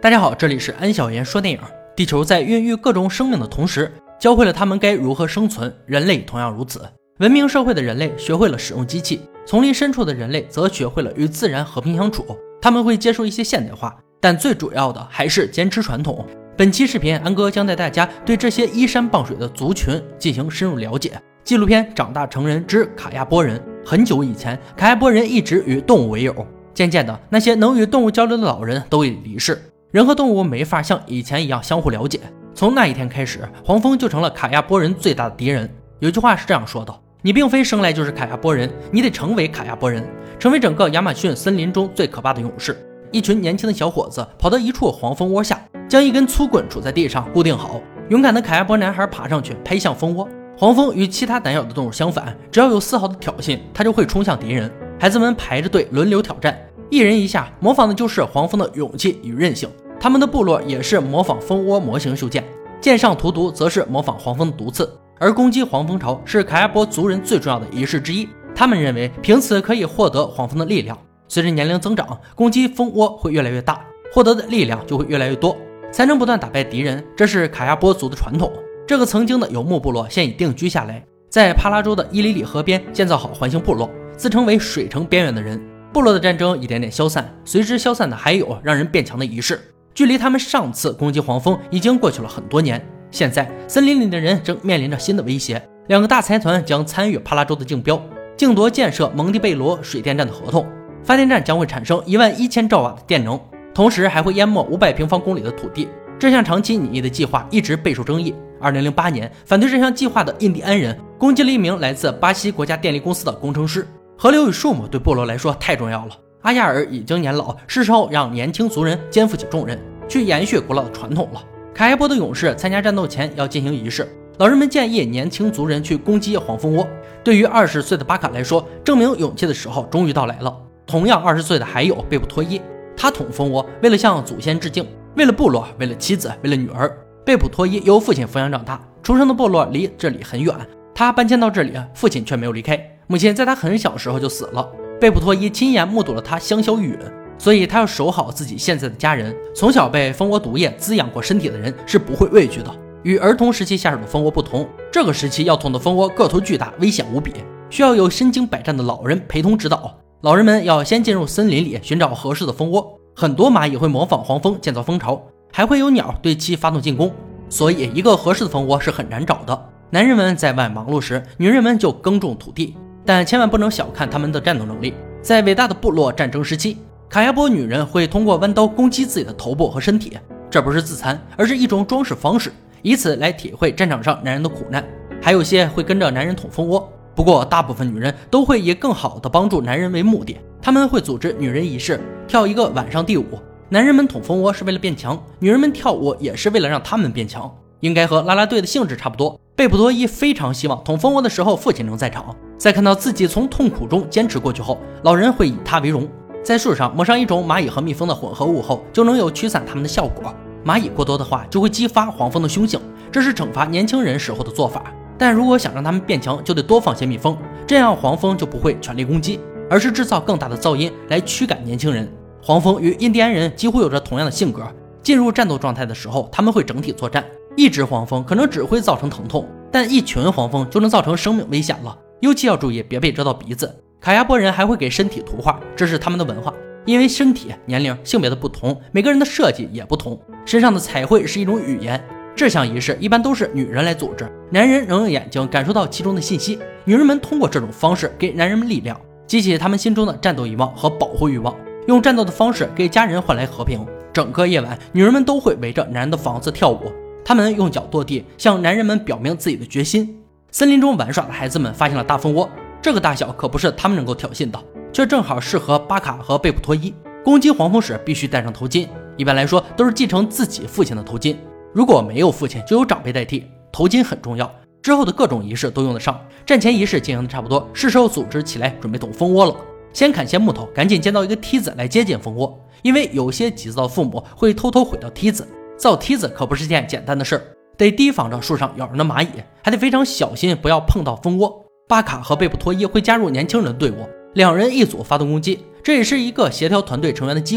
大家好，这里是安小言说电影。地球在孕育各种生命的同时，教会了他们该如何生存，人类同样如此。文明社会的人类学会了使用机器，丛林深处的人类则学会了与自然和平相处。他们会接受一些现代化，但最主要的还是坚持传统。本期视频，安哥将带大家对这些依山傍水的族群进行深入了解。纪录片《长大成人之卡亚波人》。很久以前，卡亚波人一直与动物为友，渐渐的，那些能与动物交流的老人都已离世，人和动物没法像以前一样相互了解。从那一天开始，黄蜂就成了卡亚波人最大的敌人。有句话是这样说的：你并非生来就是卡亚波人，你得成为卡亚波人，成为整个亚马逊森林中最可怕的勇士。一群年轻的小伙子跑到一处黄蜂窝下，将一根粗棍杵在地上固定好。勇敢的卡亚波男孩爬上去拍向蜂窝。黄蜂与其他胆小的动物相反，只要有丝毫的挑衅，它就会冲向敌人。孩子们排着队轮流挑战，一人一下，模仿的就是黄蜂的勇气与韧性。他们的部落也是模仿蜂窝模型修建，剑上荼毒则是模仿黄蜂的毒刺。而攻击黄蜂巢是卡亚波族人最重要的仪式之一，他们认为凭此可以获得黄蜂的力量。随着年龄增长，攻击蜂窝会越来越大，获得的力量就会越来越多，才能不断打败敌人，这是卡亚波族的传统。这个曾经的游牧部落现已定居下来，在帕拉州的伊里里河边建造好环形部落，自称为水城边缘的人。部落的战争一点点消散，随之消散的还有让人变强的仪式。距离他们上次攻击黄蜂已经过去了很多年，现在森林里的人正面临着新的威胁。两个大财团将参与帕拉州的竞标，竞夺建设蒙蒂贝罗水电站的合同。发电站将会产生11000兆瓦的电能，同时还会淹没500平方公里的土地。这项长期拟议的计划一直备受争议。2008年，反对这项计划的印第安人攻击了一名来自巴西国家电力公司的工程师。河流与树木对部落来说太重要了。阿亚尔已经年老，是时候让年轻族人肩负起重任，去延续古老的传统了。卡亚波的勇士参加战斗前要进行仪式，老人们建议年轻族人去攻击黄蜂窝。对于20岁的巴卡来说，证明勇气的时候终于到来了。同样20岁的还有贝普托伊，他捅蜂窝为了向祖先致敬，为了部落，为了妻子，为了女儿。贝普托伊由父亲抚养长大，出生的部落离这里很远，他搬迁到这里，父亲却没有离开。母亲在他很小时候就死了，贝普托伊亲眼目睹了他香消玉殒，所以他要守好自己现在的家人。从小被蜂窝毒液滋养过身体的人是不会畏惧的。与儿童时期下手的蜂窝不同，这个时期要捅的蜂窝个头巨大，危险无比，需要有身经百战的老人陪同指导。老人们要先进入森林里寻找合适的蜂窝，很多蚂蚁会模仿黄蜂建造蜂巢，还会有鸟对其发动进攻，所以一个合适的蜂窝是很难找的。男人们在外忙碌时，女人们就耕种土地，但千万不能小看他们的战斗能力。在伟大的部落战争时期，卡亚波女人会通过弯刀攻击自己的头部和身体，这不是自残，而是一种装饰方式，以此来体会战场上男人的苦难。还有些会跟着男人捅蜂窝，不过大部分女人都会以更好的帮助男人为目的，他们会组织女人仪式，跳一个晚上地舞。男人们捅蜂窝是为了变强，女人们跳舞也是为了让他们变强，应该和啦啦队的性质差不多。贝普托伊非常希望捅蜂窝的时候父亲能在场，在看到自己从痛苦中坚持过去后，老人会以他为荣。在树上抹上一种蚂蚁和蜜蜂的混合物后，就能有驱散它们的效果。蚂蚁过多的话就会激发黄蜂的凶性，这是惩罚年轻人时候的做法。但如果想让他们变强，就得多放些蜜蜂，这样黄蜂就不会全力攻击，而是制造更大的噪音来驱赶年轻人。黄蜂与印第安人几乎有着同样的性格，进入战斗状态的时候，他们会整体作战。一只黄蜂可能只会造成疼痛，但一群黄蜂就能造成生命危险了，尤其要注意别被蛰到鼻子。卡亚波人还会给身体涂画，这是他们的文化，因为身体、年龄、性别的不同，每个人的设计也不同，身上的彩绘是一种语言。这项仪式一般都是女人来组织，男人能用眼睛感受到其中的信息，女人们通过这种方式给男人们力量，激起他们心中的战斗欲望和保护欲望，用战斗的方式给家人换来和平。整个夜晚，女人们都会围着男人的房子跳舞，他们用脚跺地，向男人们表明自己的决心。森林中玩耍的孩子们发现了大蜂窝，这个大小可不是他们能够挑衅的，却正好适合巴卡和贝普托伊。攻击黄蜂时必须戴上头巾，一般来说都是继承自己父亲的头巾，如果没有父亲就有长辈代替，头巾很重要，之后的各种仪式都用得上。战前仪式进行的差不多，是时候组织起来准备捅蜂窝了。先砍些木头，赶紧建造一个梯子来接近蜂窝，因为有些急躁的父母会偷偷毁掉梯子。造梯子可不是件简单的事儿，得提防着树上咬人的蚂蚁，还得非常小心不要碰到蜂窝。巴卡和贝普托伊会加入年轻人的队伍，两人一组发动攻击，这也是一个协调团队成员的机会。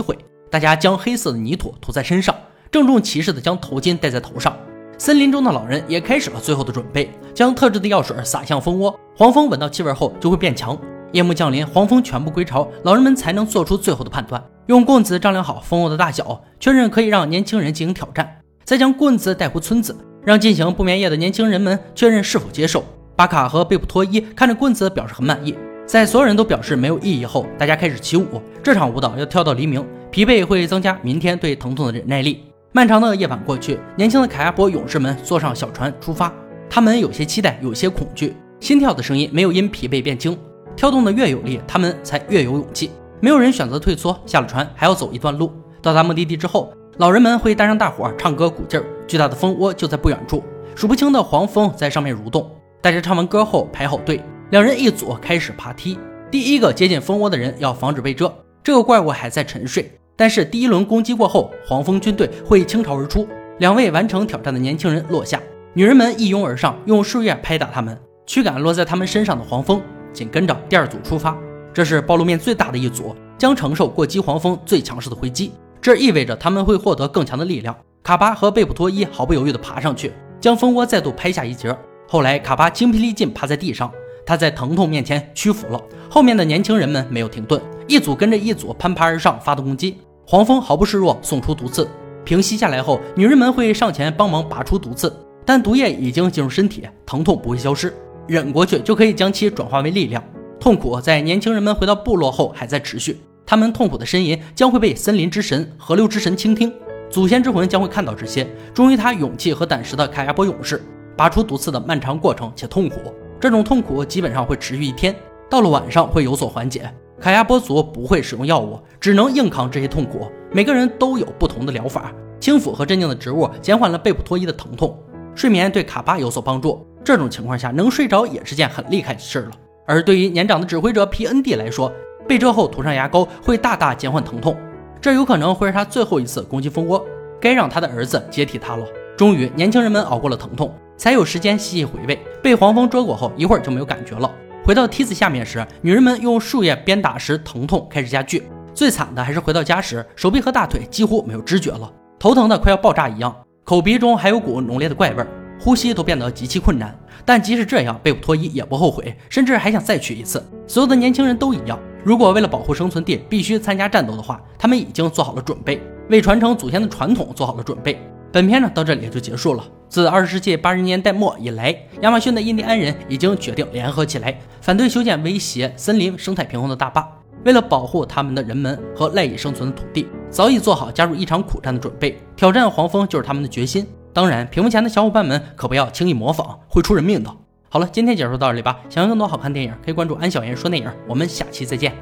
大家将黑色的泥土涂在身上，郑重其事地将头巾戴在头上。森林中的老人也开始了最后的准备，将特制的药水洒向蜂窝，黄蜂闻到气味后就会变强。夜幕降临，黄蜂全部归巢，老人们才能做出最后的判断，用棍子丈量好蜂窝的大小，确认可以让年轻人进行挑战，再将棍子带回村子，让进行不眠夜的年轻人们确认是否接受。巴卡和贝普托伊看着棍子表示很满意。在所有人都表示没有异议后，大家开始起舞。这场舞蹈要跳到黎明，疲惫会增加明天对疼痛的忍耐力。漫长的夜晚过去，年轻的凯亚波勇士们坐上小船出发，他们有些期待，有些恐惧，心跳的声音没有因疲惫变轻，跳动的越有力，他们才越有勇气。没有人选择退缩，下了船还要走一段路。到达目的地之后，老人们会带上大伙唱歌鼓劲儿，巨大的蜂窝就在不远处，数不清的黄蜂在上面蠕动。大家唱完歌后排好队，两人一组开始爬梯。第一个接近蜂窝的人要防止被蛰，这个怪物还在沉睡，但是第一轮攻击过后，黄蜂军队会倾巢而出。两位完成挑战的年轻人落下，女人们一拥而上，用树叶拍打他们，驱赶落在他们身上的黄蜂。紧跟着第二组出发，这是暴露面最大的一组，将承受过激黄蜂最强势的回击，这意味着他们会获得更强的力量。卡巴和贝普托伊毫不犹豫地爬上去，将蜂窝再度拍下一截。后来卡巴精疲力尽趴在地上，他在疼痛面前屈服了。后面的年轻人们没有停顿，一组跟着一组攀爬而上发动攻击。黄蜂毫不示弱，送出毒刺。平息下来后，女人们会上前帮忙拔出毒刺，但毒液已经进入身体，疼痛不会消失，忍过去就可以将其转化为力量。痛苦在年轻人们回到部落后还在持续，他们痛苦的呻吟将会被森林之神、河流之神倾听，祖先之魂将会看到这些，忠于他勇气和胆识的凯亚波勇士。拔出毒刺的漫长过程且痛苦，这种痛苦基本上会持续一天，到了晚上会有所缓解。凯亚波族不会使用药物，只能硬扛这些痛苦，每个人都有不同的疗法。轻抚和镇静的植物减缓了贝普托伊的疼痛，睡眠对卡巴有所帮助，这种情况下能睡着也是件很厉害的事了。而对于年长的指挥者皮恩蒂来说，被蛰后涂上牙膏会大大减缓疼痛，这有可能会是他最后一次攻击蜂窝，该让他的儿子接替他了。终于年轻人们熬过了疼痛，才有时间细细回味。被黄蜂蛰过后一会儿就没有感觉了，回到梯子下面时，女人们用树叶鞭打时疼痛开始加剧，最惨的还是回到家时，手臂和大腿几乎没有知觉了，头疼的快要爆炸一样，口鼻中还有股浓烈的怪味，呼吸都变得极其困难。但即使这样，贝普托伊也不后悔，甚至还想再去一次。所有的年轻人都一样，如果为了保护生存地必须参加战斗的话，他们已经做好了准备，为传承祖先的传统做好了准备。本片呢到这里也就结束了。自20世纪80年代末以来，亚马逊的印第安人已经决定联合起来，反对修建威胁森林生态平衡的大坝。为了保护他们的人们和赖以生存的土地，早已做好加入一场苦战的准备。挑战黄蜂就是他们的决心。当然，屏幕前的小伙伴们可不要轻易模仿，会出人命的。好了，今天解说到这里吧。想要更多好看电影，可以关注安小言说电影。我们下期再见。